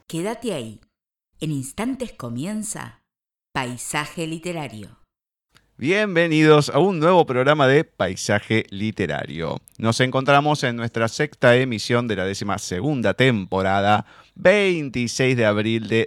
Quédate ahí. En instantes comienza Paisaje Literario. Bienvenidos a un nuevo programa de Paisaje Literario. Nos encontramos en nuestra sexta emisión de la 12ª temporada, 26 de abril de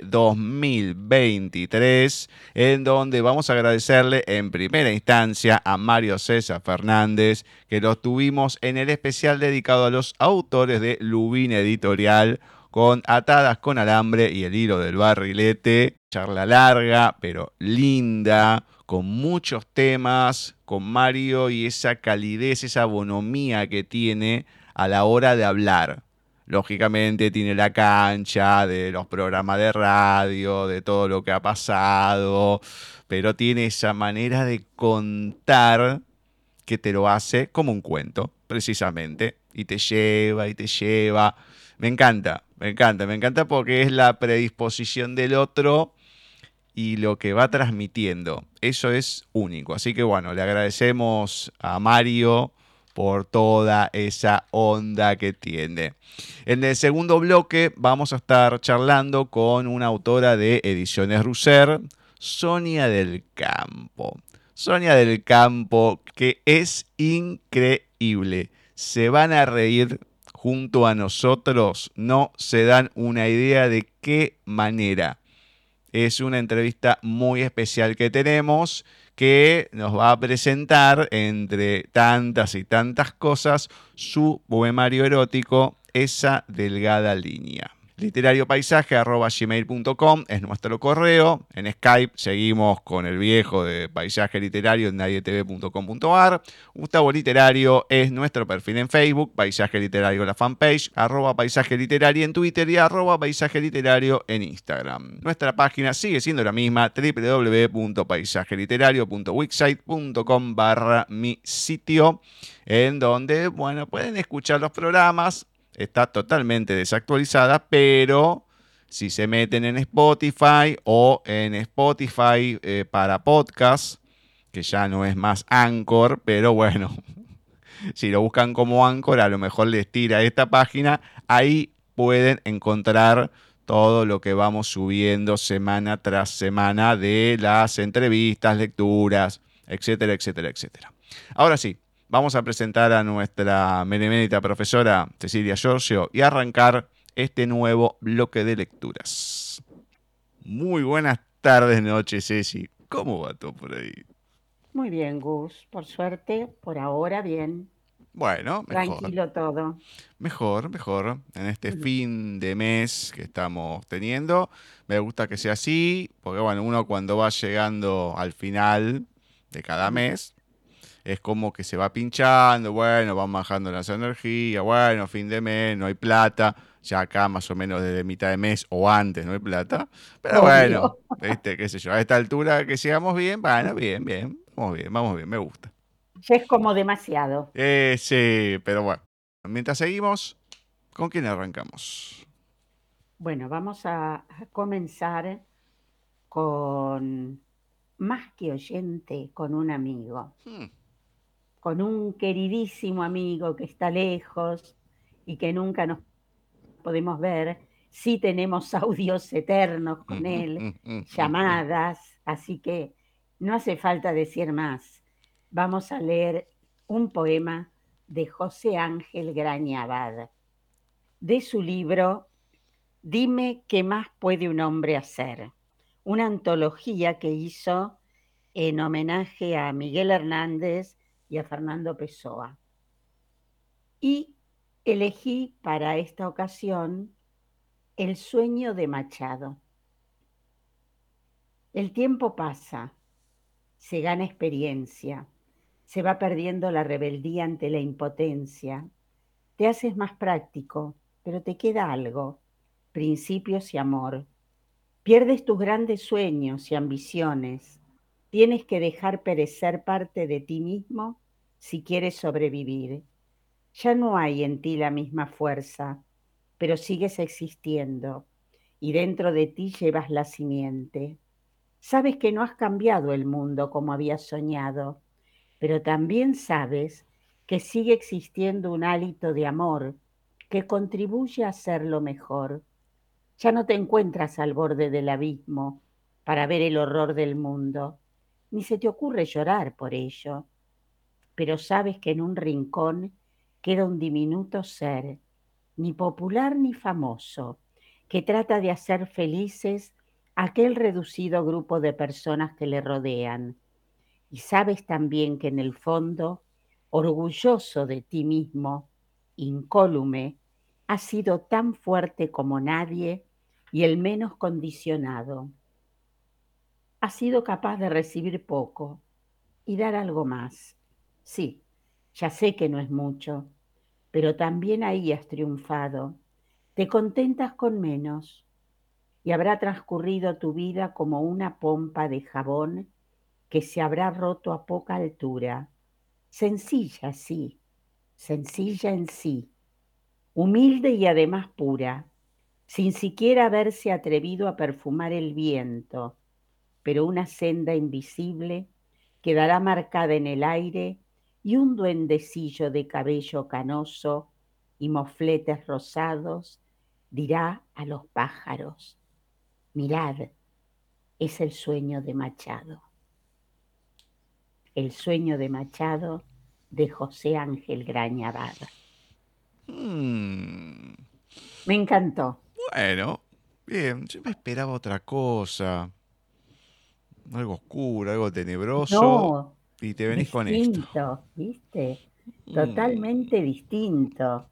2023, en donde vamos a agradecerle en primera instancia a Mario César Fernández, que lo tuvimos en el especial dedicado a los autores de Lubin Editorial, con Atadas con Alambre y El Hilo del Barrilete. Charla larga, pero linda, con muchos temas, con Mario y esa calidez, esa bonomía que tiene a la hora de hablar. Lógicamente tiene la cancha de los programas de radio, de todo lo que ha pasado, pero tiene esa manera de contar que te lo hace como un cuento, precisamente, y te lleva y te lleva. Me encanta, me encanta, me encanta porque es la predisposición del otro y lo que va transmitiendo. Eso es único. Así que bueno, le agradecemos a Mario por toda esa onda que tiene. En el segundo bloque vamos a estar charlando con una autora de Ediciones Russer, Sonia del Campo. Sonia del Campo, que es increíble. Se van a reír junto a nosotros, no se dan una idea de qué manera. Es una entrevista muy especial que tenemos, que nos va a presentar, entre tantas y tantas cosas, su poemario erótico, Esa delgada línea. Literariopaisaje@gmail.com es nuestro correo. En Skype seguimos con el viejo de Paisaje Literario en nadietv.com.ar. Gustavo Literario es nuestro perfil en Facebook, Paisaje Literario la fanpage, @Paisaje Literario en Twitter y @Paisaje Literario en Instagram. Nuestra página sigue siendo la misma, www.paisajeliterario.wixsite.com/mi sitio, en donde, bueno, pueden escuchar los programas. Está totalmente desactualizada, pero si se meten en Spotify o en Spotify para podcast, que ya no es más Anchor, pero bueno, si lo buscan como Anchor, a lo mejor les tira esta página. Ahí pueden encontrar todo lo que vamos subiendo semana tras semana de las entrevistas, lecturas, etcétera, etcétera, etcétera. Ahora sí, vamos a presentar a nuestra benemérita profesora Cecilia Giorgio y arrancar este nuevo bloque de lecturas. Muy buenas tardes, noches, Ceci. ¿Cómo va todo por ahí? Muy bien, Gus. Por suerte, por ahora bien. Bueno, mejor. Tranquilo todo. Mejor, mejor. En este Ujú. fin de mes que estamos teniendo, me gusta que sea así, porque bueno, uno cuando va llegando al final de cada mes, es como que se va pinchando, bueno, van bajando las energías, bueno, fin de mes, no hay plata, ya acá más o menos desde mitad de mes o antes no hay plata, pero bueno, Obvio. qué sé yo, a esta altura que sigamos bien, bueno, bien, bien, vamos bien, me gusta. Ya es como demasiado. Sí, pero bueno, mientras seguimos, ¿con quién arrancamos? Bueno, vamos a comenzar con, más que oyente, con un amigo, Hmm. con un queridísimo amigo que está lejos y que nunca nos podemos ver. Sí tenemos audios eternos con él, llamadas, así que no hace falta decir más. Vamos a leer un poema de José Ángel Graña Abad, de su libro Dime qué más puede un hombre hacer, una antología que hizo en homenaje a Miguel Hernández y a Fernando Pessoa. Y elegí para esta ocasión El sueño de Machado. El tiempo pasa, se gana experiencia, se va perdiendo la rebeldía ante la impotencia. Te haces más práctico, pero te queda algo, principios y amor. Pierdes tus grandes sueños y ambiciones. Tienes que dejar perecer parte de ti mismo si quieres sobrevivir. Ya no hay en ti la misma fuerza, pero sigues existiendo y dentro de ti llevas la simiente. Sabes que no has cambiado el mundo como habías soñado, pero también sabes que sigue existiendo un hálito de amor que contribuye a hacerlo mejor. Ya no te encuentras al borde del abismo para ver el horror del mundo, ni se te ocurre llorar por ello, pero sabes que en un rincón queda un diminuto ser, ni popular ni famoso, que trata de hacer felices a aquel reducido grupo de personas que le rodean. Y sabes también que en el fondo, orgulloso de ti mismo, incólume, has sido tan fuerte como nadie y el menos condicionado. Has sido capaz de recibir poco y dar algo más. Sí, ya sé que no es mucho, pero también ahí has triunfado. Te contentas con menos y habrá transcurrido tu vida como una pompa de jabón que se habrá roto a poca altura. Sencilla, sí, sencilla en sí, humilde y además pura, sin siquiera haberse atrevido a perfumar el viento, pero una senda invisible quedará marcada en el aire y un duendecillo de cabello canoso y mofletes rosados dirá a los pájaros: mirad, es el sueño de Machado. El sueño de Machado de José Ángel Graña Abad. Hmm, Me encantó. bueno, bien, yo me esperaba otra cosa, algo oscuro, algo tenebroso, No, y te venís con esto. distinto, ¿viste? Hmm, Totalmente distinto.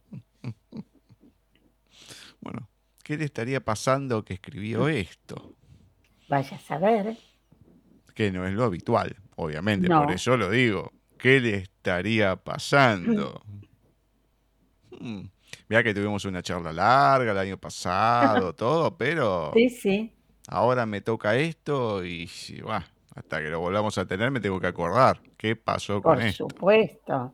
bueno, ¿qué le estaría pasando que escribió esto? Vaya a saber. Que no es lo habitual, obviamente, por No. eso lo digo. ¿Qué le estaría pasando? Hmm, Mirá que tuvimos una charla larga el año pasado, todo, pero Sí, sí, ahora me toca esto y bah, hasta que lo volvamos a tener me tengo que acordar qué pasó con por esto. supuesto.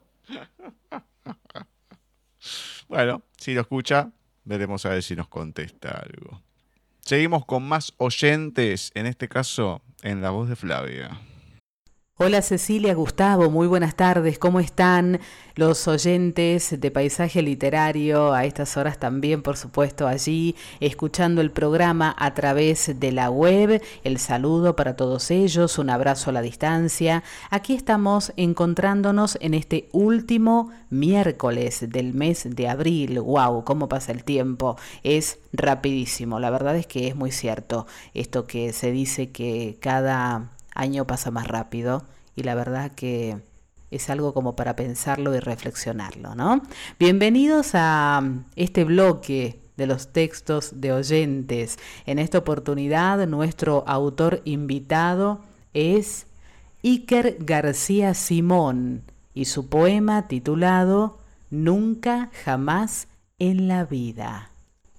Bueno, si lo escucha, veremos a ver si nos contesta algo. Seguimos con más oyentes, en este caso en la voz de Flavia. Hola Cecilia, Gustavo, muy buenas tardes. ¿Cómo están los oyentes de Paisaje Literario? A estas horas también, por supuesto, allí escuchando el programa a través de la web. El saludo para todos ellos, un abrazo a la distancia. Aquí estamos encontrándonos en este último miércoles del mes de abril. ¡Wow! ¿Cómo pasa el tiempo? Es rapidísimo. La verdad es que es muy cierto esto que se dice que cada año pasa más rápido y la verdad que es algo como para pensarlo y reflexionarlo, ¿no? Bienvenidos a este bloque de los textos de oyentes. En esta oportunidad nuestro autor invitado es Iker García Simón y su poema titulado Nunca jamás en la vida.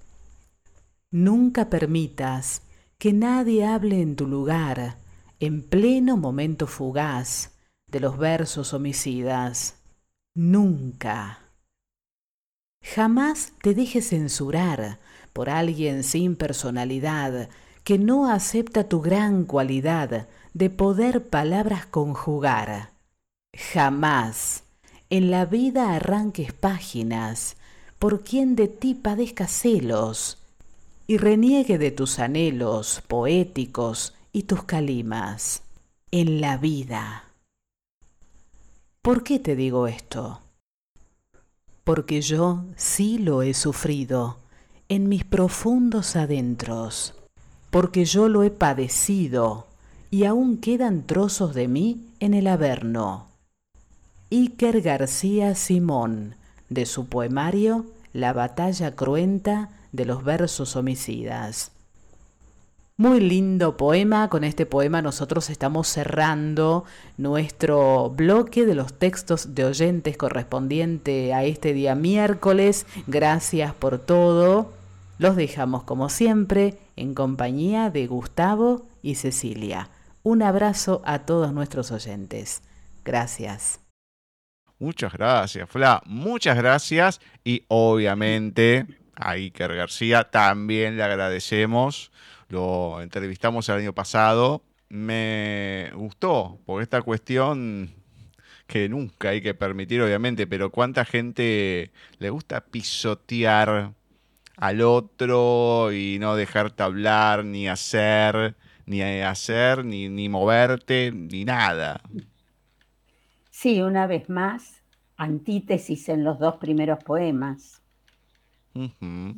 Nunca permitas que nadie hable en tu lugar en pleno momento fugaz de los versos homicidas. Nunca. Jamás te dejes censurar por alguien sin personalidad que no acepta tu gran cualidad de poder palabras conjugar. Jamás en la vida arranques páginas por quien de ti padezca celos y reniegue de tus anhelos poéticos y tus calimas en la vida. ¿Por qué te digo esto? Porque yo sí lo he sufrido en mis profundos adentros, porque yo lo he padecido y aún quedan trozos de mí en el averno. Iker García Simón, de su poemario La batalla cruenta de los versos homicidas. Muy lindo poema. Con este poema nosotros estamos cerrando nuestro bloque de los textos de oyentes correspondiente a este día miércoles. Gracias por todo. Los dejamos como siempre en compañía de Gustavo y Cecilia. Un abrazo a todos nuestros oyentes. Gracias. Muchas gracias, Fla. Muchas gracias. Y obviamente a Iker García también le agradecemos. Lo entrevistamos el año pasado. Me gustó, porque esta cuestión que nunca hay que permitir, obviamente, pero cuánta gente le gusta pisotear al otro y no dejarte hablar, ni moverte, ni nada. Sí, una vez más, antítesis en los dos primeros poemas. Ujú.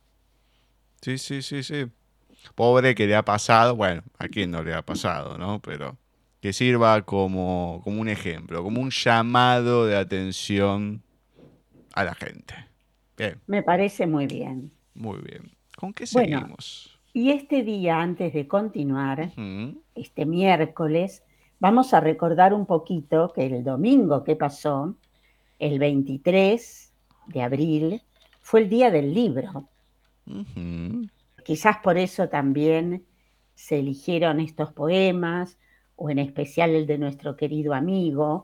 Sí, sí, sí, sí. Pobre que le ha pasado, bueno, a quién no le ha pasado, ¿no? Pero que sirva como un ejemplo, como un llamado de atención a la gente. Bien, Me parece muy bien. muy bien. ¿Con qué Bueno, seguimos? y este día, antes de continuar, Ujú, este miércoles, vamos a recordar un poquito que el domingo que pasó, el 23 de abril, fue el día del libro. ujú, Quizás por eso también se eligieron estos poemas, o en especial el de nuestro querido amigo.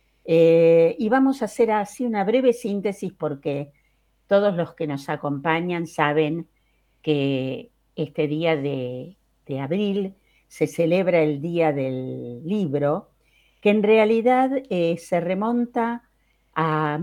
Y vamos a hacer así una breve síntesis porque todos los que nos acompañan saben que este día de abril se celebra el Día del Libro, que en realidad se remonta a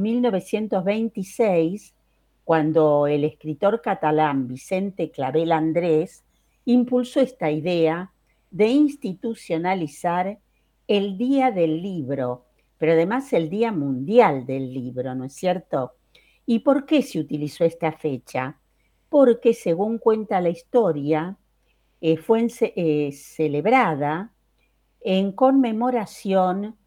1926, cuando el escritor catalán Vicente Clavel Andrés impulsó esta idea de institucionalizar el Día del Libro, pero además el Día Mundial del Libro, ¿no es cierto? ¿Y por qué se utilizó esta fecha? Porque, según cuenta la historia, fue celebrada en conmemoración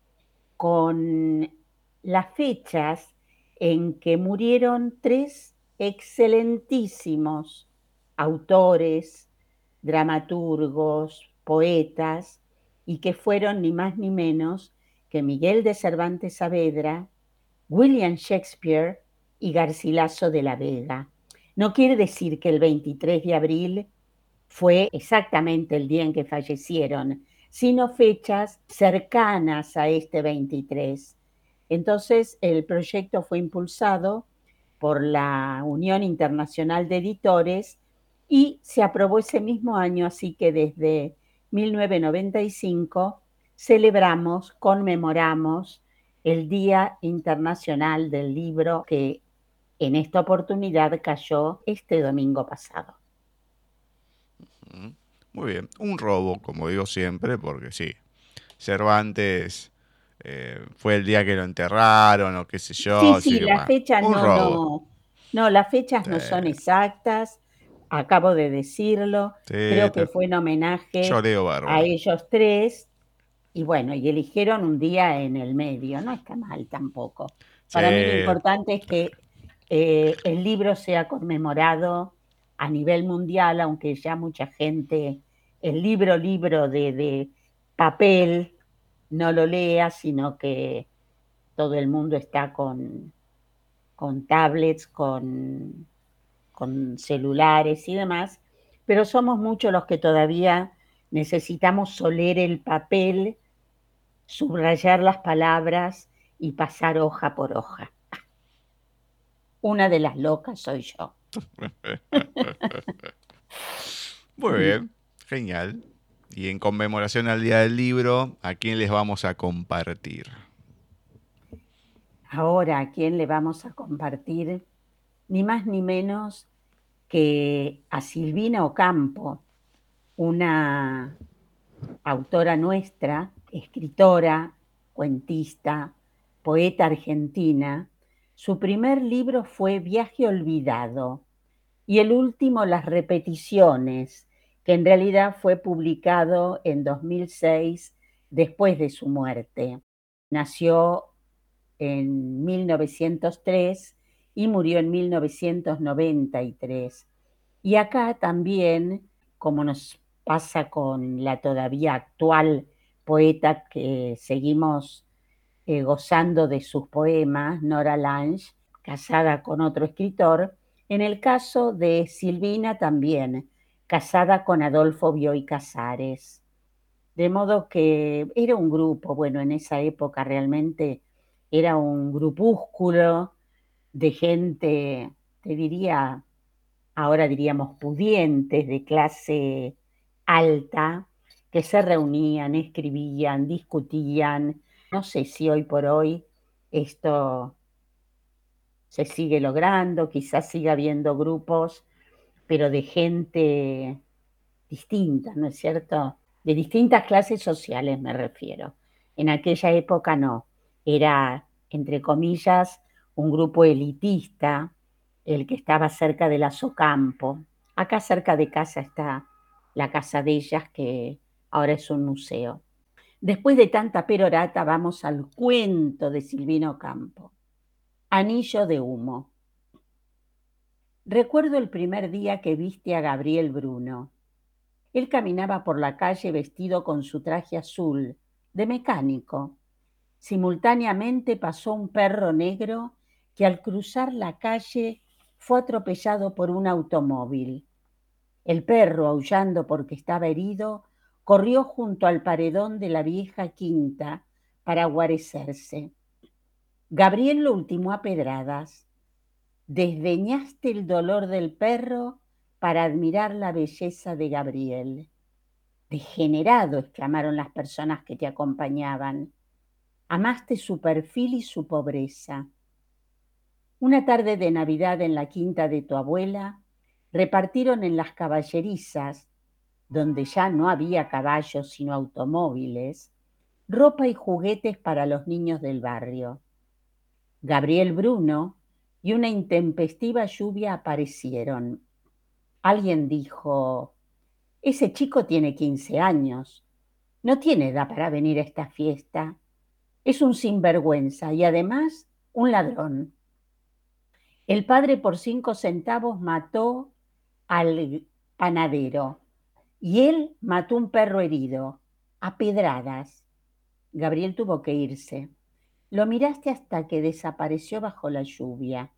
con las fechas en que murieron tres excelentísimos autores, dramaturgos, poetas, y que fueron ni más ni menos que Miguel de Cervantes Saavedra, William Shakespeare y Garcilaso de la Vega. No quiere decir que el 23 de abril fue exactamente el día en que fallecieron, sino fechas cercanas a este 23. Entonces, el proyecto fue impulsado por la Unión Internacional de Editores y se aprobó ese mismo año, así que desde 1995 celebramos, conmemoramos el Día Internacional del Libro, que en esta oportunidad cayó este domingo pasado. ujú. Muy bien. Un robo, como digo siempre, porque sí, Cervantes fue el día que lo enterraron o qué sé yo, Sí, así sí, que las bueno, fechas un robo. no, las fechas Sí, no son exactas, acabo de decirlo, sí, creo que fue en yo homenaje leo a bárbaro. ellos tres, y bueno, y eligieron un día en el medio, no está mal tampoco. Sí, Para mí lo importante es que el libro sea conmemorado a nivel mundial, aunque ya mucha gente, el libro de papel, no lo lea, sino que todo el mundo está con tablets, con celulares y demás, pero somos muchos los que todavía necesitamos oler el papel, subrayar las palabras y pasar hoja por hoja. Una de las locas soy yo. muy bien, genial. Y en conmemoración al Día del Libro, ¿a quién les vamos a compartir? Ahora, ¿a quién le vamos a compartir? Ni más ni menos que a Silvina Ocampo, una autora nuestra, escritora, cuentista, poeta argentina. Su primer libro fue Viaje Olvidado y el último Las Repeticiones, que en realidad fue publicado en 2006 después de su muerte. Nació en 1903 y murió en 1993. Y acá también, como nos pasa con la todavía actual poeta que seguimos gozando de sus poemas, Nora Lange, casada con otro escritor, en el caso de Silvina también, casada con Adolfo Bioy Casares. De modo que era un grupo, bueno, en esa época realmente era un grupúsculo de gente, te diría, ahora diríamos pudientes, de clase alta, que se reunían, escribían, discutían. No sé si hoy por hoy esto se sigue logrando, quizás siga habiendo grupos pero de gente distinta, ¿no es cierto? De distintas clases sociales me refiero. En aquella época no, era, entre comillas, un grupo elitista, el que estaba cerca del Azocampo. Acá cerca de casa está la casa de ellas, que ahora es un museo. Después de tanta perorata, vamos al cuento de Silvino Campo. Anillo de humo. Recuerdo el primer día que viste a Gabriel Bruno. Él caminaba por la calle vestido con su traje azul, de mecánico. Simultáneamente pasó un perro negro que al cruzar la calle fue atropellado por un automóvil. El perro, aullando porque estaba herido, corrió junto al paredón de la vieja quinta para guarecerse. Gabriel lo ultimó a pedradas. Desdeñaste el dolor del perro para admirar la belleza de Gabriel. Degenerado, exclamaron las personas que te acompañaban. Amaste su perfil y su pobreza. Una tarde de Navidad en la quinta de tu abuela, repartieron en las caballerizas, donde ya no había caballos sino automóviles, ropa y juguetes para los niños del barrio. Gabriel Bruno y una intempestiva lluvia aparecieron. Alguien dijo: ese chico tiene 15 años, no tiene edad para venir a esta fiesta. Es un sinvergüenza y además un ladrón. El padre por 5 centavos mató al panadero y él mató un perro herido, a pedradas. Gabriel tuvo que irse. Lo miraste hasta que desapareció bajo la lluvia.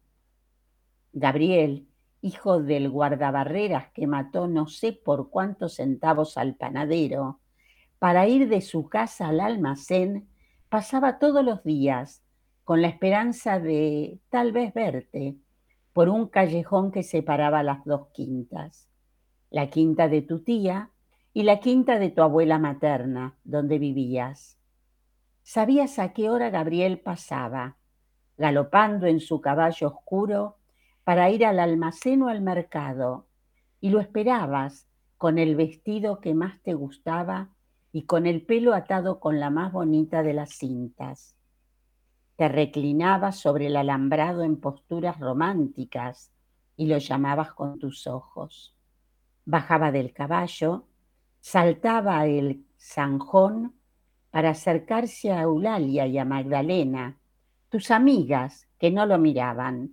Gabriel, hijo del guardabarreras que mató no sé por cuántos centavos al panadero, para ir de su casa al almacén, pasaba todos los días con la esperanza de tal vez verte por un callejón que separaba las dos quintas, la quinta de tu tía y la quinta de tu abuela materna, donde vivías. Sabías a qué hora Gabriel pasaba, galopando en su caballo oscuro para ir al almacén o al mercado, y lo esperabas con el vestido que más te gustaba y con el pelo atado con la más bonita de las cintas. Te reclinabas sobre el alambrado en posturas románticas y lo llamabas con tus ojos. Bajaba del caballo, saltaba el zanjón para acercarse a Eulalia y a Magdalena, tus amigas que no lo miraban.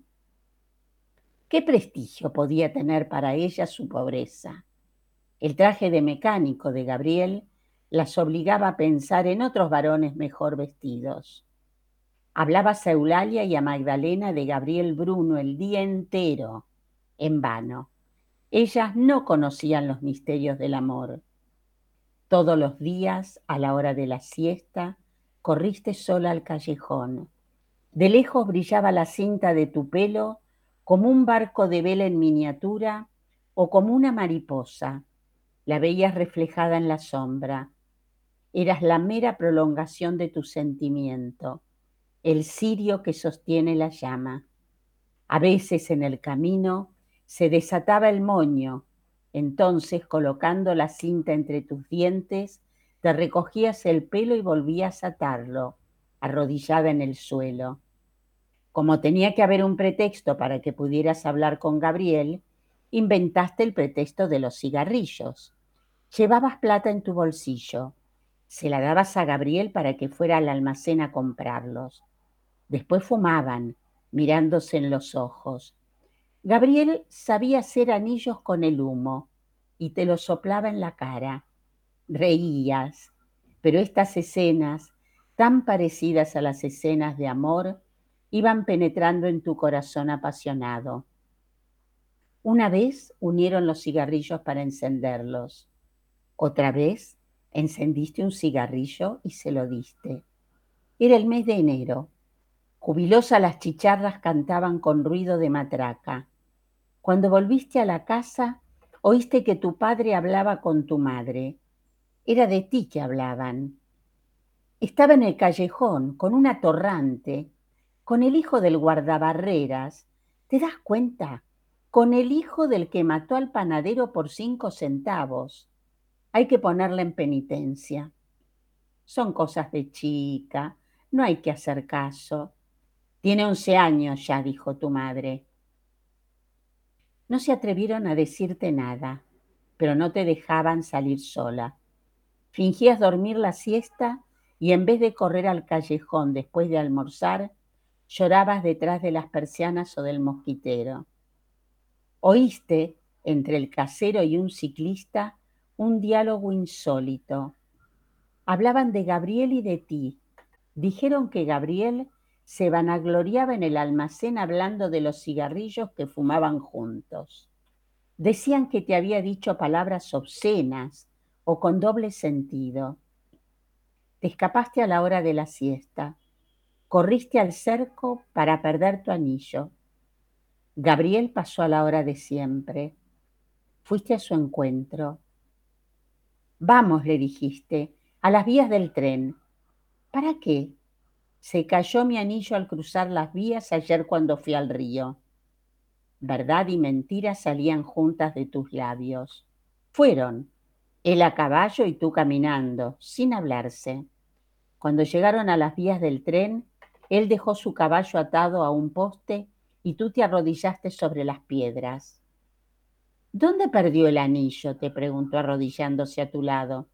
¿Qué prestigio podía tener para ellas su pobreza? El traje de mecánico de Gabriel las obligaba a pensar en otros varones mejor vestidos. Hablabas a Eulalia y a Magdalena de Gabriel Bruno el día entero, en vano. Ellas no conocían los misterios del amor. Todos los días, a la hora de la siesta, corriste sola al callejón. De lejos brillaba la cinta de tu pelo como un barco de vela en miniatura o como una mariposa. La veías reflejada en la sombra. Eras la mera prolongación de tu sentimiento, el cirio que sostiene la llama. A veces en el camino se desataba el moño, entonces colocando la cinta entre tus dientes, te recogías el pelo y volvías a atarlo, arrodillada en el suelo. Como tenía que haber un pretexto para que pudieras hablar con Gabriel, inventaste el pretexto de los cigarrillos. Llevabas plata en tu bolsillo. Se la dabas a Gabriel para que fuera al almacén a comprarlos. Después fumaban, mirándose en los ojos. Gabriel sabía hacer anillos con el humo y te los soplaba en la cara. Reías, pero estas escenas, tan parecidas a las escenas de amor, iban penetrando en tu corazón apasionado. Una vez unieron los cigarrillos para encenderlos. Otra vez encendiste un cigarrillo y se lo diste. Era el mes de enero. Jubilosas las chicharras cantaban con ruido de matraca. Cuando volviste a la casa, oíste que tu padre hablaba con tu madre. Era de ti que hablaban. Estaba en el callejón, con una torrante, con el hijo del guardabarreras. ¿Te das cuenta? con el hijo del que mató al panadero por 5 centavos. Hay que ponerla en penitencia. Son cosas de chica, no hay que hacer caso. Tiene 11 años ya, dijo tu madre. No se atrevieron a decirte nada, pero no te dejaban salir sola. Fingías dormir la siesta y en vez de correr al callejón después de almorzar, llorabas detrás de las persianas o del mosquitero. Oíste, entre el casero y un ciclista, un diálogo insólito. Hablaban de Gabriel y de ti. Dijeron que Gabriel se vanagloriaba en el almacén hablando de los cigarrillos que fumaban juntos. Decían que te había dicho palabras obscenas o con doble sentido. Te escapaste a la hora de la siesta. Corriste al cerco para perder tu anillo. Gabriel pasó a la hora de siempre. Fuiste a su encuentro. Vamos, le dijiste, a las vías del tren. ¿Para qué? Se cayó mi anillo al cruzar las vías ayer cuando fui al río. Verdad y mentira salían juntas de tus labios. Fueron, él a caballo y tú caminando, sin hablarse. Cuando llegaron a las vías del tren, él dejó su caballo atado a un poste y tú te arrodillaste sobre las piedras. ¿Dónde perdió el anillo?, te preguntó arrodillándose a tu lado.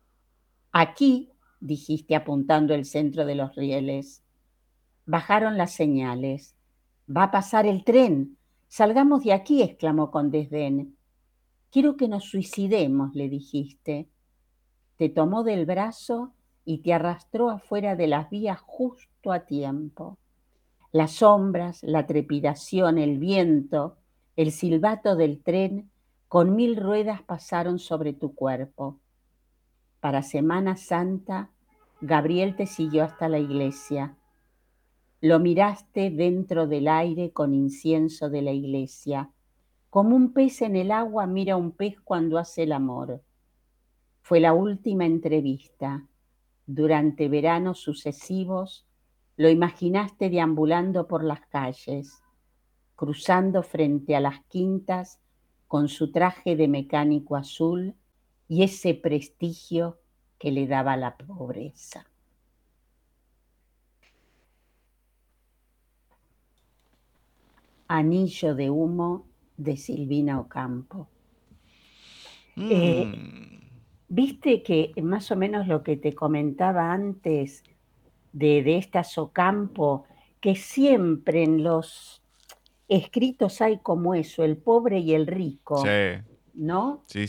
Aquí, dijiste apuntando el centro de los rieles. Bajaron las señales. Va a pasar el tren. Salgamos de aquí, exclamó con desdén. Quiero que nos suicidemos, le dijiste. Te tomó del brazo y te arrastró afuera de las vías justo a tiempo. Las sombras, la trepidación, el viento, el silbato del tren, con 1000 ruedas pasaron sobre tu cuerpo. Para Semana Santa, Gabriel te siguió hasta la iglesia. Lo miraste dentro del aire con incienso de la iglesia, como un pez en el agua mira a un pez cuando hace el amor. Fue la última entrevista. Durante veranos sucesivos, lo imaginaste deambulando por las calles, cruzando frente a las quintas con su traje de mecánico azul y ese prestigio que le daba la pobreza. Anillo de humo de Silvina Ocampo. Viste que más o menos lo que te comentaba antes de estas Ocampo, que siempre en los escritos hay como eso, el pobre y el rico, Sí. ¿no? Sí.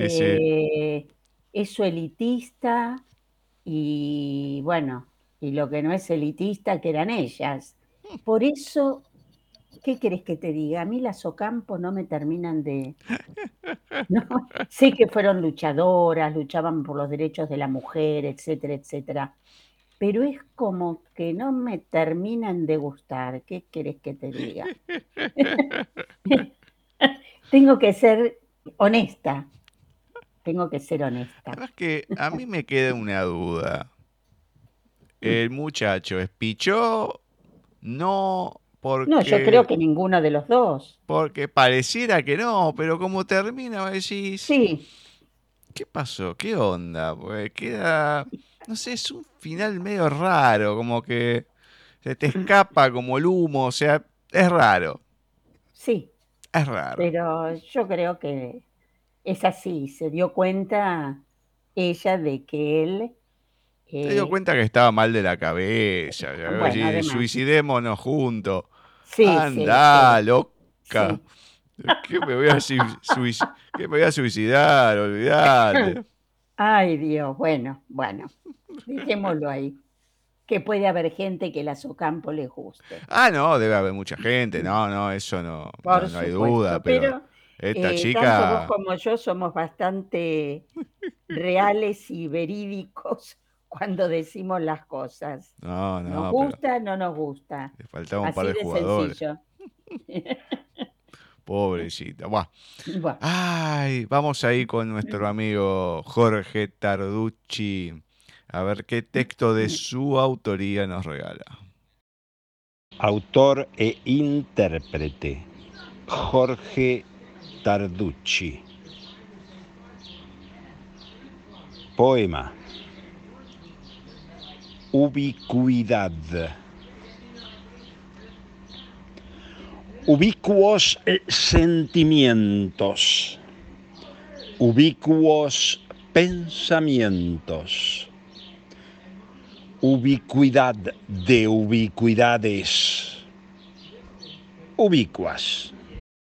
Eso elitista y bueno, y lo que no es elitista, que eran ellas. Por eso, ¿qué querés que te diga? A mí las Ocampo no me terminan de... No, sé que fueron luchadoras, luchaban por los derechos de la mujer, etcétera, etcétera. Pero es como que no me terminan de gustar. ¿Qué querés que te diga? Tengo que ser honesta. Tengo que ser honesta. Además que a mí me queda una duda. ¿El muchacho espichó? No, No, yo creo porque, que ninguno de los dos. porque pareciera que no, pero como termina, decís, Sí, ¿qué pasó? ¿Qué onda? Pues queda, no sé, es un final medio raro, como que se te escapa como el humo, o sea, es raro, sí, es raro. pero yo creo que es así. Se dio cuenta ella de que él, Se dio cuenta que estaba mal de la cabeza, ya voy a bueno, decir, además, suicidémonos juntos. sí, sí, Anda, sí, loca. sí. ¿Qué me voy a, ¿Qué me voy a suicidar? Olvídate. Ay, Dios, bueno, dejémoslo ahí. Que puede haber gente que las Ocampo les guste, Ah, no, debe haber mucha gente. No, eso por no hay duda, supuesto, pero pero esta tanto vos chica, como yo somos bastante reales y verídicos cuando decimos las cosas. ¿Nos no, pero gusta? No nos gusta. le faltaba un par Así de de jugadores. sencillo. Pobrecita. Buah. Bueno, Ay, vamos ahí con nuestro amigo Jorge Tarducci. A ver qué texto de su autoría nos regala. Autor e intérprete. Jorge Tarducci. Poema. Ubicuidad. Ubicuos sentimientos, ubicuos pensamientos, ubicuidad de ubicuidades, ubicuas.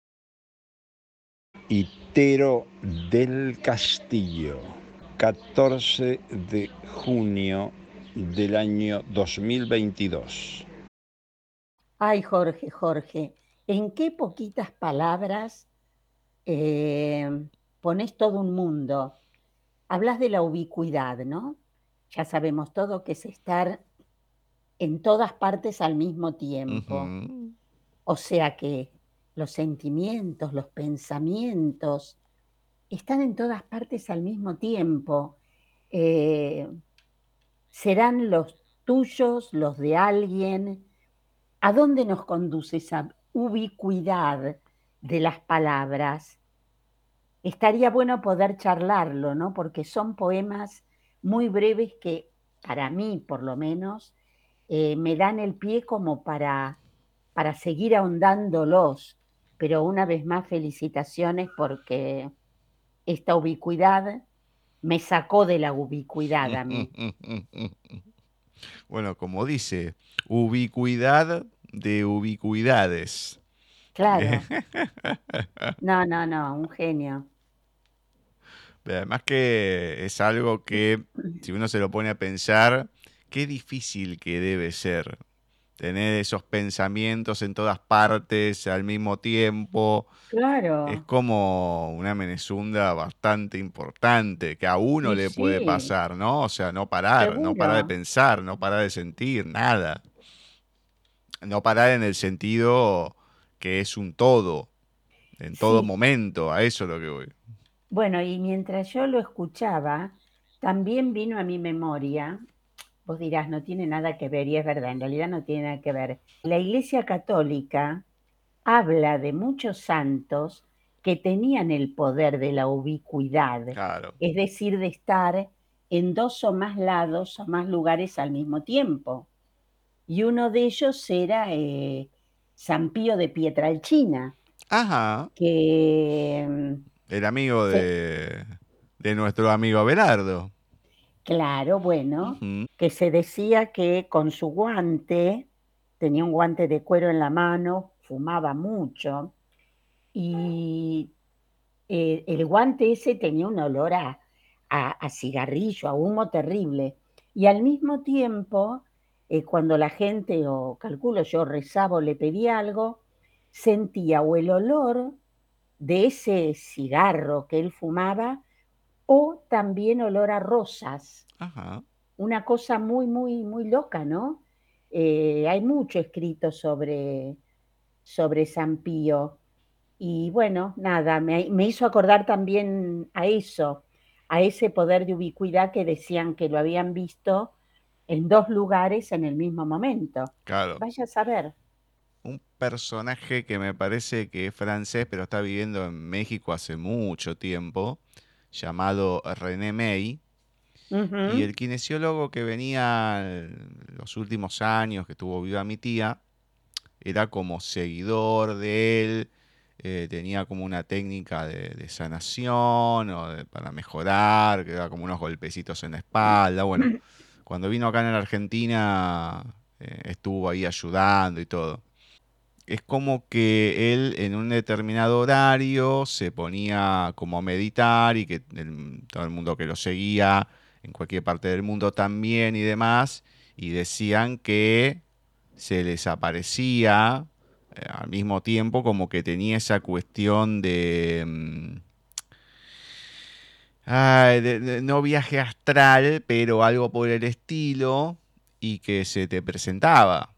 Itero del Castillo, 14 de junio del año 2022. Ay, Jorge, Jorge, ¿en qué poquitas palabras pones todo un mundo? Hablas de la ubicuidad, ¿no? Ya sabemos todo que es estar en todas partes al mismo tiempo. Ujú. O sea que los sentimientos, los pensamientos, están en todas partes al mismo tiempo. Eh, ¿Serán los tuyos, los de alguien? ¿A dónde nos conduce esa ubicuidad de las palabras? Estaría bueno poder charlarlo, ¿no? Porque son poemas muy breves que, para mí por lo menos, me dan el pie como para seguir ahondándolos. Pero una vez más, felicitaciones porque esta ubicuidad me sacó de la ubicuidad a mí. Bueno, como dice, ubicuidad de ubicuidades. Claro, no, no, no, un genio. Además que es algo que, si uno se lo pone a pensar, qué difícil que debe ser tener esos pensamientos en todas partes al mismo tiempo. Es Claro, como una menezunda bastante importante que a uno y le puede sí, pasar, ¿no? O sea, no parar de seguro. pensar, no parar de sentir, nada. No parar en el sentido que es un todo, en todo Sí, momento, a eso es lo que voy. bueno, y mientras yo lo escuchaba, también vino a mi memoria, vos dirás, no tiene nada que ver, y es verdad, en realidad no tiene nada que ver. La Iglesia Católica habla de muchos santos que tenían el poder de la ubicuidad, Claro. es decir, de estar en dos o más lados o más lugares al mismo tiempo. Y uno de ellos era San Pío de Pietrelcina, Ajá, que el amigo se, de nuestro amigo Abelardo. claro, bueno, Ujú. que se decía que con su guante, tenía un guante de cuero en la mano, fumaba mucho, y el guante ese tenía un olor a cigarrillo, a humo terrible. Y al mismo tiempo, cuando la gente, o calculo yo, rezaba o le pedía algo, sentía o el olor de ese cigarro que él fumaba o también olor a rosas. Ajá. Una cosa muy, muy, muy loca, ¿no? Hay mucho escrito sobre San Pío. Y bueno, nada, me hizo acordar también a eso, a ese poder de ubicuidad que decían que lo habían visto en dos lugares en el mismo momento. Claro. Vaya a saber. Un personaje que me parece que es francés, pero está viviendo en México hace mucho tiempo, llamado René May. Y Ujú. el kinesiólogo que venía en los últimos años, que estuvo viva mi tía, era como seguidor de él, tenía como una técnica de sanación para mejorar, que da como unos golpecitos en la espalda. Bueno, cuando vino acá en la Argentina, estuvo ahí ayudando y todo. Es como que él en un determinado horario se ponía como a meditar y que todo el mundo que lo seguía en cualquier parte del mundo también y demás, y decían que se les aparecía al mismo tiempo como que tenía esa cuestión de, no viaje astral, pero algo por el estilo, y que se te presentaba.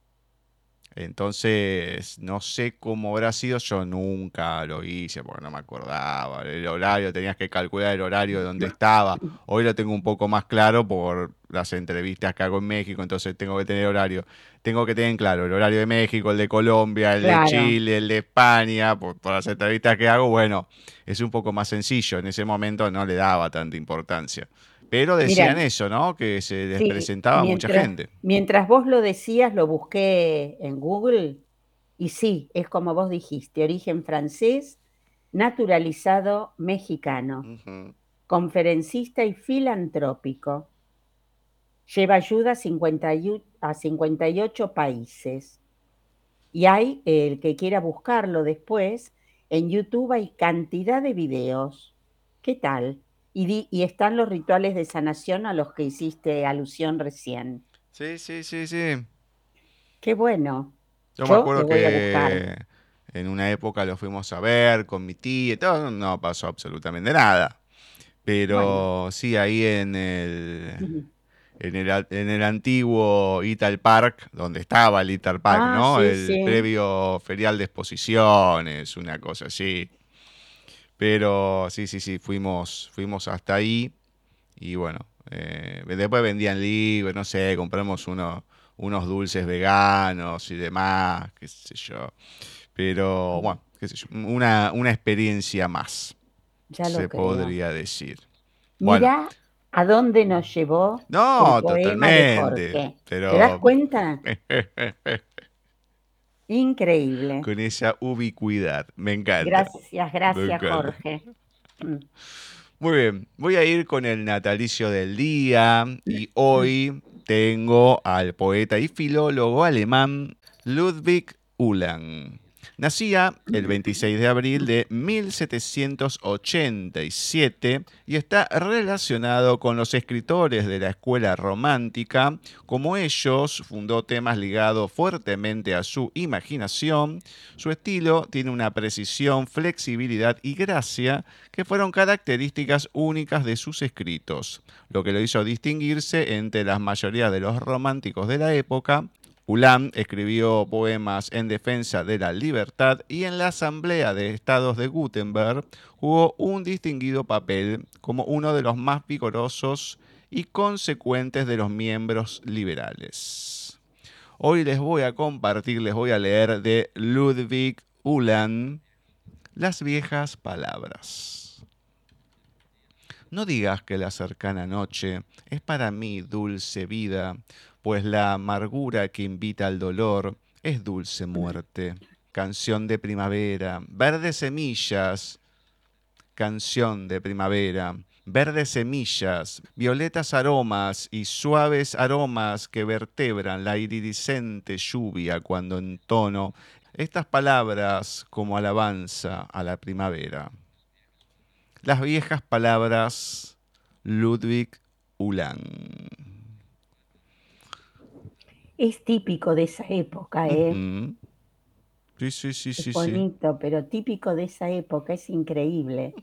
Entonces, no sé cómo habrá sido, yo nunca lo hice porque no me acordaba. El horario, tenías que calcular el horario de donde estaba. Hoy lo tengo un poco más claro por las entrevistas que hago en México, entonces tengo que tener horario. Tengo que tener claro el horario de México, el de Colombia, el de Claro. Chile, el de España, por las entrevistas que hago, bueno, es un poco más sencillo. En ese momento no le daba tanta importancia. Pero decían Mira, eso, ¿no? Que se les sí, presentaba a mucha gente. mientras vos lo decías, lo busqué en Google y sí, es como vos dijiste, origen francés, naturalizado mexicano, Ujú. conferencista y filantrópico. Lleva ayuda a 58 países. Y hay, el que quiera buscarlo después, en YouTube hay cantidad de videos. ¿Qué tal? Y están los rituales de sanación a los que hiciste alusión recién. Sí, sí, sí, sí. Qué bueno. Yo me Yo acuerdo lo voy a buscar. que en una época lo fuimos a ver con mi tía y todo, no pasó absolutamente nada. Bueno. Pero sí, ahí en el antiguo Ital Park, donde estaba el Ital Park, Ah, ¿no? sí, El sí. previo ferial de exposiciones, una cosa así. Pero sí, sí, sí, fuimos hasta ahí y bueno, después vendían libros, no sé, compramos unos dulces veganos y demás, qué sé yo. Pero bueno, qué sé yo, una experiencia más, Ya lo se creo. podría decir. Bueno, Mirá a dónde nos llevó el no, poema de totalmente, Jorge. ¿Te das pero cuenta? Increíble. con esa ubicuidad, me encanta, Gracias, me gracias, encanta. Jorge. Mm. Muy bien, voy a ir con el natalicio del día y hoy tengo al poeta y filólogo alemán Ludwig Uhland. Nacía el 26 de abril de 1787 y está relacionado con los escritores de la escuela romántica. Como ellos, fundó temas ligados fuertemente a su imaginación. Su estilo tiene una precisión, flexibilidad y gracia que fueron características únicas de sus escritos, lo que lo hizo distinguirse entre la mayoría de los románticos de la época. Ulam escribió poemas en defensa de la libertad y en la Asamblea de Estados de Gutenberg jugó un distinguido papel como uno de los más vigorosos y consecuentes de los miembros liberales. Hoy les voy a compartir, les voy a leer de Ludwig Uhland las viejas palabras. No digas que la cercana noche es para mí dulce vida, pues la amargura que invita al dolor es dulce muerte. Canción de primavera, verdes semillas, canción de primavera, verdes semillas, violetas aromas y suaves aromas que vertebran la iridiscente lluvia cuando entono estas palabras como alabanza a la primavera. Las viejas palabras Ludwig Uhland. Es típico de esa época, ¿eh? Ujú. Sí, sí, sí, Es sí, sí. bonito, pero típico de esa época, es increíble.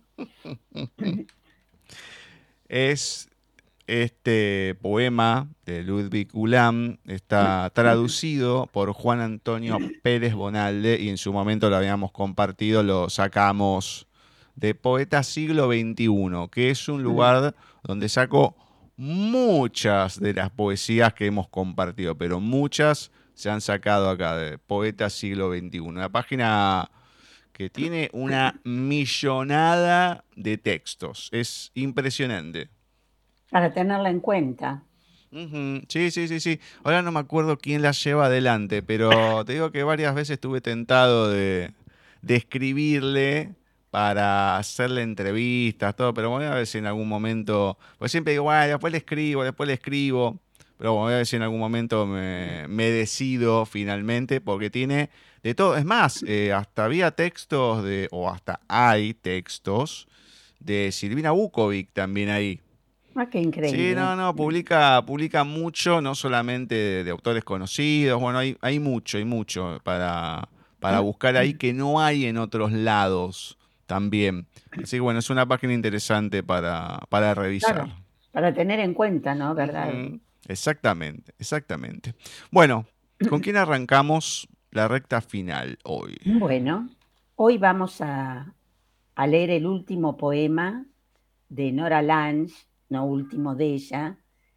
Es este poema de Ludwig Uhland, está traducido por Juan Antonio Pérez Bonalde y en su momento lo habíamos compartido, lo sacamos de Poeta Siglo XXI, que es un lugar donde saco muchas de las poesías que hemos compartido, pero muchas se han sacado acá de Poeta Siglo XXI. Una página que tiene una millonada de textos. Es impresionante. Para tenerla en cuenta. Ujú. Sí, sí, sí, sí. Ahora no me acuerdo quién la lleva adelante, pero te digo que varias veces estuve tentado de escribirle para hacerle entrevistas, todo, pero voy a ver si en algún momento, pues siempre digo, bueno, después le escribo, pero bueno, voy a ver si en algún momento me decido finalmente, porque tiene de todo. Es más, hasta había textos o hasta hay textos de Silvina Vukovic también ahí. Ah, qué Sí, increíble. no, no, publica mucho, no solamente de autores conocidos, bueno, hay mucho para buscar ahí que no hay en otros lados también. Así que bueno, es una página interesante para revisar. Claro, para tener en cuenta, ¿no? ¿Verdad? Ujú. Exactamente, exactamente. Bueno, ¿con quién arrancamos la recta final hoy? Bueno, hoy vamos a leer el último poema de Nora Lange, no último de ella,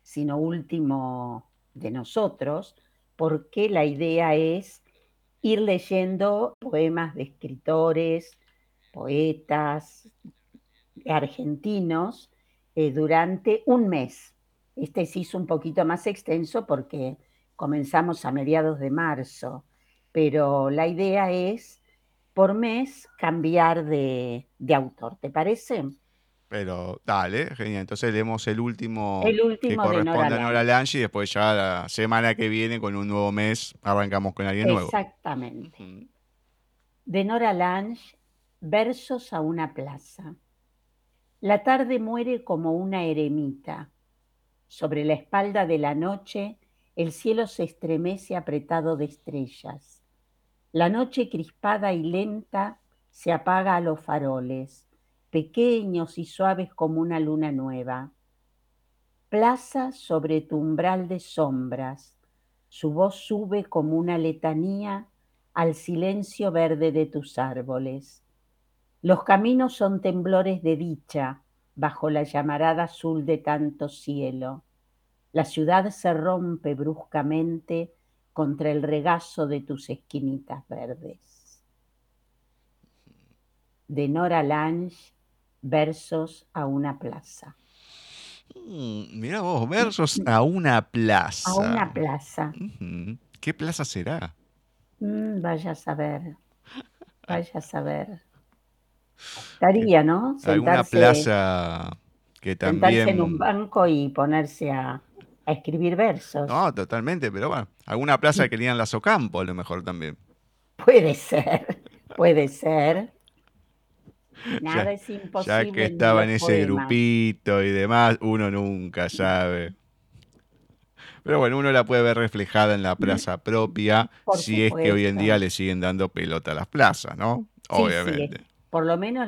sino último de nosotros, porque la idea es ir leyendo poemas de escritores, poetas argentinos durante un mes. Este se hizo un poquito más extenso porque comenzamos a mediados de marzo, pero la idea es por mes cambiar de autor, ¿te parece? Pero dale, genial. Entonces leemos el último El que último de Nora corresponde a Nora Lange. Lange y después ya la semana que viene con un nuevo mes arrancamos con alguien nuevo. Exactamente. Ujú. De Nora Lange, versos a una plaza. La tarde muere como una eremita. Sobre la espalda de la noche, el cielo se estremece apretado de estrellas. La noche crispada y lenta se apaga a los faroles, pequeños y suaves como una luna nueva. Plaza sobre tu umbral de sombras, su voz sube como una letanía al silencio verde de tus árboles. Los caminos son temblores de dicha bajo la llamarada azul de tanto cielo. La ciudad se rompe bruscamente contra el regazo de tus esquinitas verdes. De Nora Lange, versos a una plaza. Mirá vos, versos a una A plaza. una plaza. Ujú. ¿Qué plaza será? Vaya a saber, vaya a saber. Estaría, ¿no? Alguna plaza que Sentarse en un también... banco y ponerse a escribir versos. No, totalmente, pero bueno, alguna plaza que tenían las Ocampo a lo mejor también. Puede ser, puede ser. Nada Ya, es ya que imposible en estaba los en ese poemas. grupito y demás, uno nunca sabe. Pero bueno, uno la puede ver reflejada en la plaza propia, Por si es que hoy en día supuesto. le siguen dando pelota a las plazas, ¿no? Sí, sí, Obviamente. por lo menos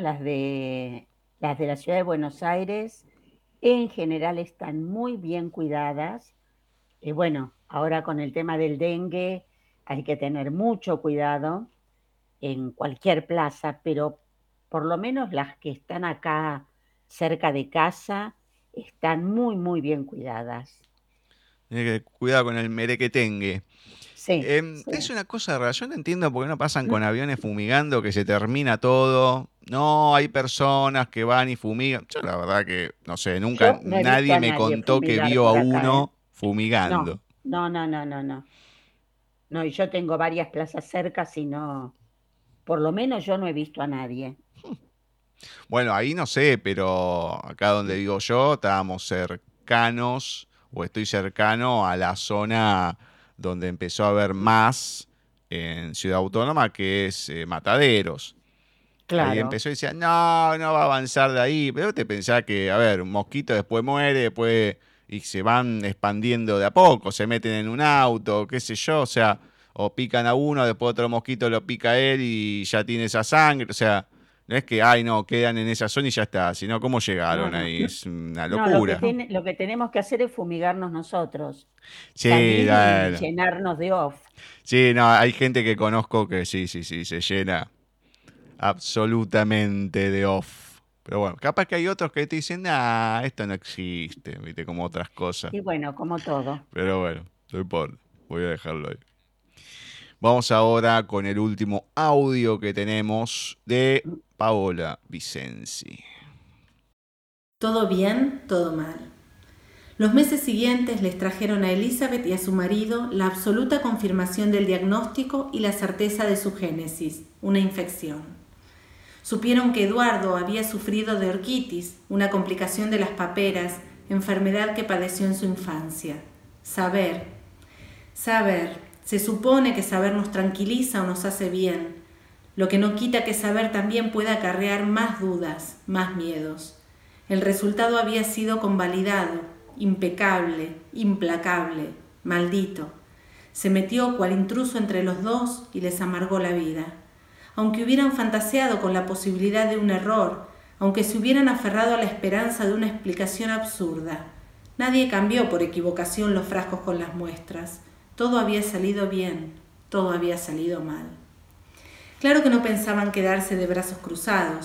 las de la ciudad de Buenos Aires en general están muy bien cuidadas. Y bueno, ahora con el tema del dengue hay que tener mucho cuidado en cualquier plaza, pero por lo menos las que están acá cerca de casa están muy, muy bien cuidadas. Tiene que cuidado con el merequetengue. Sí, sí. Es una cosa rara. Yo no entiendo por qué no pasan con aviones fumigando que se termina todo. No, hay personas que van y fumigan. Yo la verdad que, no sé, nunca Yo no he visto nadie a me nadie contó que fumigar vio a por acá, ¿eh? uno No, fumigando. no, no, no, no, no. No, y yo tengo varias plazas cercas y no, por lo menos yo no he visto a nadie. Bueno, ahí no sé, pero acá donde vivo yo estábamos cercanos, o estoy cercano a la zona donde empezó a haber más en Ciudad Autónoma, que es Mataderos. Ahí Claro. empezó y decía, no, no va a avanzar de ahí. Pero te pensás que, a ver, un mosquito después muere, después y se van expandiendo de a poco, se meten en un auto, qué sé yo, o sea, o pican a uno, después otro mosquito lo pica a él y ya tiene esa sangre, o sea, no es que, ay, no, quedan en esa zona y ya está, sino cómo No, llegaron no. ahí, es una No, locura. lo que tenemos que hacer es fumigarnos nosotros. Sí, Salir y bueno. llenarnos de off. Sí, no, hay gente que conozco que sí, sí, sí, se llena absolutamente de off. Pero bueno, capaz que hay otros que te dicen, ah, esto no existe, viste, como otras cosas. Y bueno, como todo. Pero bueno, no importa, voy a dejarlo ahí. Vamos ahora con el último audio que tenemos de Paola Vicenzi. Todo bien, todo mal. Los meses siguientes les trajeron a Elizabeth y a su marido la absoluta confirmación del diagnóstico y la certeza de su génesis, una infección. Supieron que Eduardo había sufrido de orquitis, una complicación de las paperas, enfermedad que padeció en su infancia. Saber. Se supone que saber nos tranquiliza o nos hace bien, lo que no quita que saber también pueda acarrear más dudas, más miedos. El resultado había sido convalidado, impecable, implacable, maldito. Se metió cual intruso entre los dos y les amargó la vida. Aunque hubieran fantaseado con la posibilidad de un error, aunque se hubieran aferrado a la esperanza de una explicación absurda, nadie cambió por equivocación los frascos con las muestras. Todo había salido bien, todo había salido mal. Claro que no pensaban quedarse de brazos cruzados,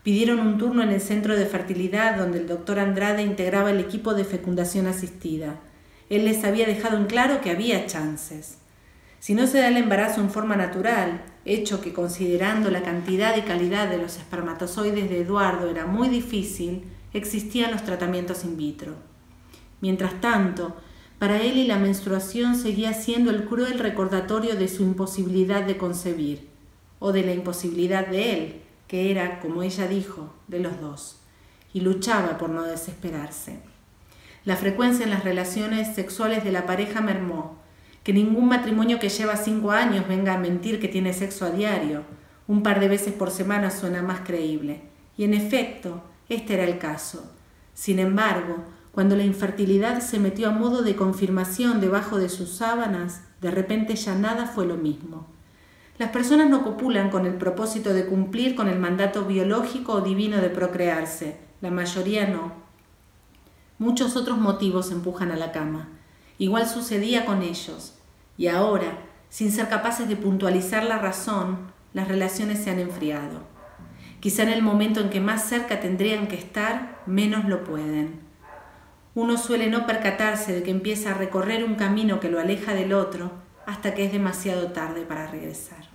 Pidieron un turno en el centro de fertilidad donde el doctor Andrade integraba el equipo de fecundación asistida. Él les había dejado en claro que había chances. Si no se da el embarazo en forma natural, hecho que considerando la cantidad y calidad de los espermatozoides de Eduardo era muy difícil, existían los tratamientos in vitro. Mientras tanto, para él la menstruación seguía siendo el cruel recordatorio de su imposibilidad de concebir, o de la imposibilidad de él, que era, como ella dijo, de los dos, y luchaba por no desesperarse. La frecuencia en las relaciones sexuales de la pareja mermó. Que ningún matrimonio que lleva 5 años venga a mentir que tiene sexo a diario. Un par de veces por semana suena más creíble. Y en efecto, este era el caso. Sin embargo, cuando la infertilidad se metió a modo de confirmación debajo de sus sábanas, de repente ya nada fue lo mismo. Las personas no copulan con el propósito de cumplir con el mandato biológico o divino de procrearse. La mayoría no. Muchos otros motivos empujan a la cama. Igual sucedía con ellos. Y ahora, sin ser capaces de puntualizar la razón, las relaciones se han enfriado. Quizá en el momento en que más cerca tendrían que estar, menos lo pueden. Uno suele no percatarse de que empieza a recorrer un camino que lo aleja del otro hasta que es demasiado tarde para regresar.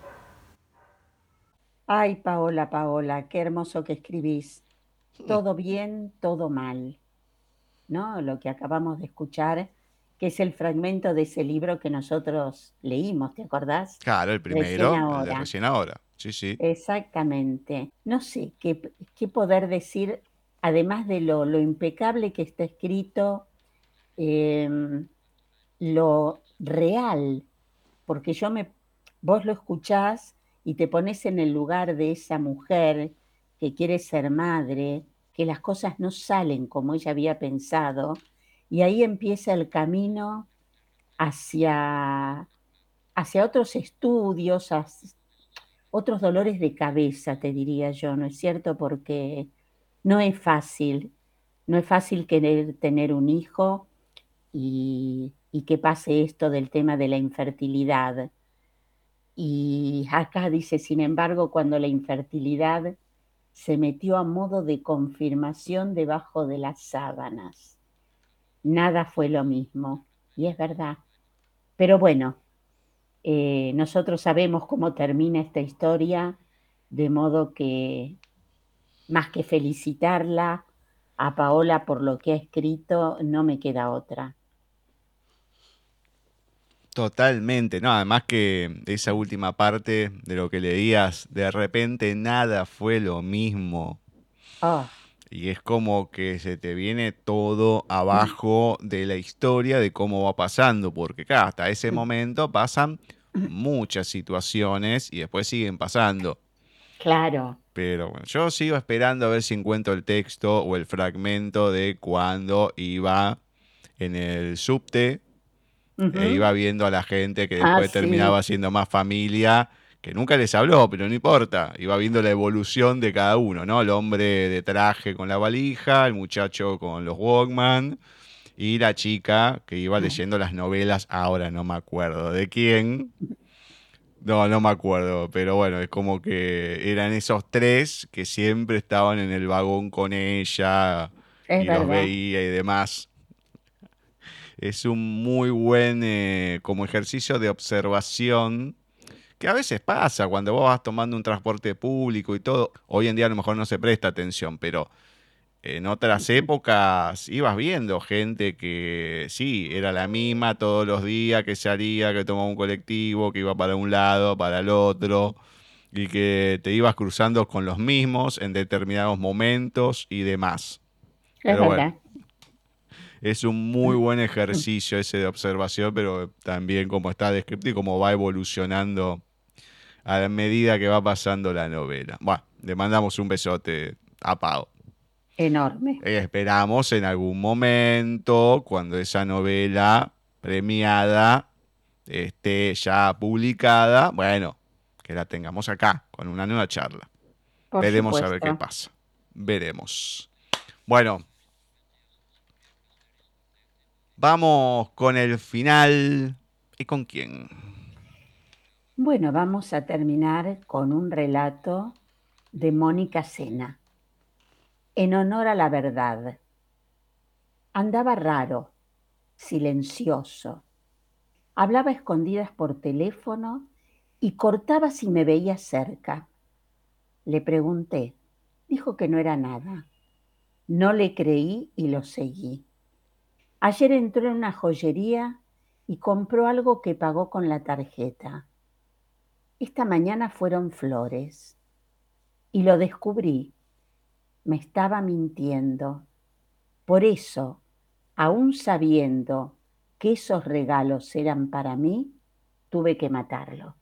Ay, Paola, Paola, qué hermoso que escribís. Todo bien, todo mal, ¿no? Lo que acabamos de escuchar, que es el fragmento de ese libro que nosotros leímos, ¿te acordás? Claro, el Recién primero, el de ahora. recién ahora. Sí, sí. Exactamente. No sé qué poder decir, además de lo impecable que está escrito, lo real, porque vos lo escuchás y te pones en el lugar de esa mujer que quiere ser madre, que las cosas no salen como ella había pensado, y ahí empieza el camino hacia, hacia otros estudios, otros dolores de cabeza, te diría yo, ¿no es cierto? Porque no es fácil, no es fácil querer tener un hijo y que pase esto del tema de la infertilidad. Y acá dice, sin embargo, cuando la infertilidad se metió a modo de confirmación debajo de las sábanas, nada fue lo mismo. Y es verdad. Pero bueno, nosotros sabemos cómo termina esta historia, de modo que más que felicitarla a Paola por lo que ha escrito, no me queda otra. Totalmente, no, además que esa última parte de lo que leías, de repente nada fue lo mismo. Oh, Y es como que se te viene todo abajo de la historia de cómo va pasando, porque claro, hasta ese momento pasan muchas situaciones y después siguen pasando. claro. Pero bueno, yo sigo esperando a ver si encuentro el texto o el fragmento de cuando iba en el subte e iba viendo a la gente que Ah, después sí, terminaba siendo más familia, que nunca les habló, pero no importa. Iba viendo la evolución de cada uno, ¿no? El hombre de traje con la valija, el muchacho con los Walkman y la chica que iba leyendo las novelas, ahora no me acuerdo de quién. No me acuerdo, pero bueno, es como que eran esos tres que siempre estaban en el vagón con ella es y los verdad. veía y demás. Es un muy buen como ejercicio de observación que a veces pasa cuando vos vas tomando un transporte público y todo. Hoy en día a lo mejor no se presta atención, pero en otras épocas ibas viendo gente que sí, era la misma todos los días, que salía, que tomaba un colectivo, que iba para un lado, para el otro, y que te ibas cruzando con los mismos en determinados momentos y demás. Es Pero bueno, verdad. es un muy buen ejercicio ese de observación, pero también como está descrito y cómo va evolucionando a la medida que va pasando la novela. Bueno, le mandamos un besote a Pau. Enorme. Esperamos en algún momento, cuando esa novela premiada esté ya publicada, bueno, que la tengamos acá con una nueva charla. Por Veremos a ver qué supuesto. pasa. Veremos. Bueno, vamos con el final. ¿Y con quién? Bueno, vamos a terminar con un relato de Mónica Sena. en honor a la verdad. Andaba raro, silencioso. Hablaba a escondidas por teléfono y cortaba si me veía cerca. Le pregunté. Dijo que no era nada. No le creí y lo seguí. Ayer entró en una joyería y compró algo que pagó con la tarjeta. Esta mañana fueron flores y lo descubrí. Me estaba mintiendo. Por eso, aún sabiendo que esos regalos eran para mí, tuve que matarlo.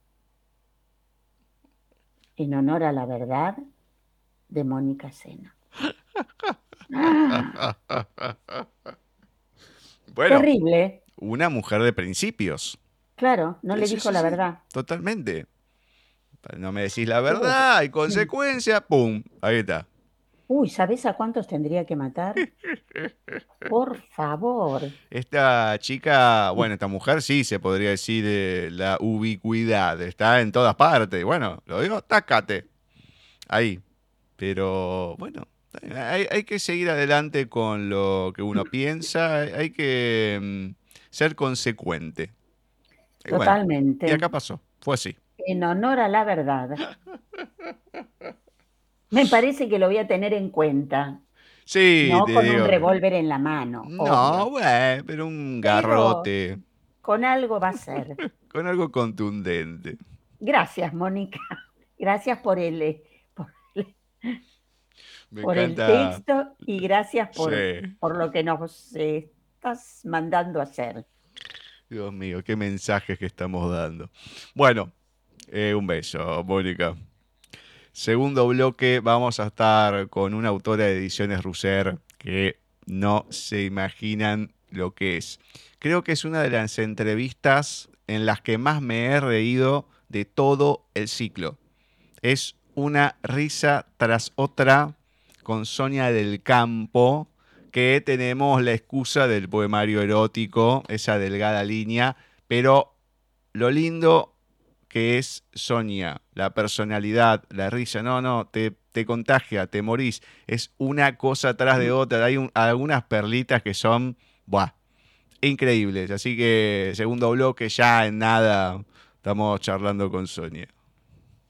En honor a la verdad, de Mónica Sena. Bueno, Terrible. una mujer de principios. Claro, no Sí, le sí, dijo sí, la sí, verdad. totalmente. No me decís la verdad, hay consecuencia, ¡pum! Ahí está. Uy, ¿sabés a cuántos tendría que matar? Por favor. Esta chica, bueno, esta mujer sí se podría decir la ubicuidad, está en todas partes. Bueno, lo digo, tácate. Ahí. Pero bueno, hay que seguir adelante con lo que uno piensa, hay que ser consecuente. Y bueno, y Totalmente. acá pasó, fue así. En honor a la verdad. Me parece que lo voy a tener en cuenta. Sí, No te con un digo. revólver en la mano, No, obvio. bueno, pero un Pero garrote con algo va a ser. con algo contundente. Gracias, Mónica. Gracias por el, Me por el encanta. texto y gracias Sí. por lo que nos estás mandando a hacer. Dios mío, qué mensajes que estamos dando. Bueno, un beso, Mónica. Segundo bloque, vamos a estar con una autora de Ediciones Russer que no se imaginan lo que es. Creo que es una de las entrevistas en las que más me he reído de todo el ciclo. Es una risa tras otra con Sonia del Campo, que tenemos la excusa del poemario erótico, esa delgada línea, pero lo lindo que es Sonia, la personalidad, la risa, no, te contagia, te morís, es una cosa tras de otra, hay algunas perlitas que son, buah, increíbles, así que segundo bloque ya en nada estamos charlando con Sonia.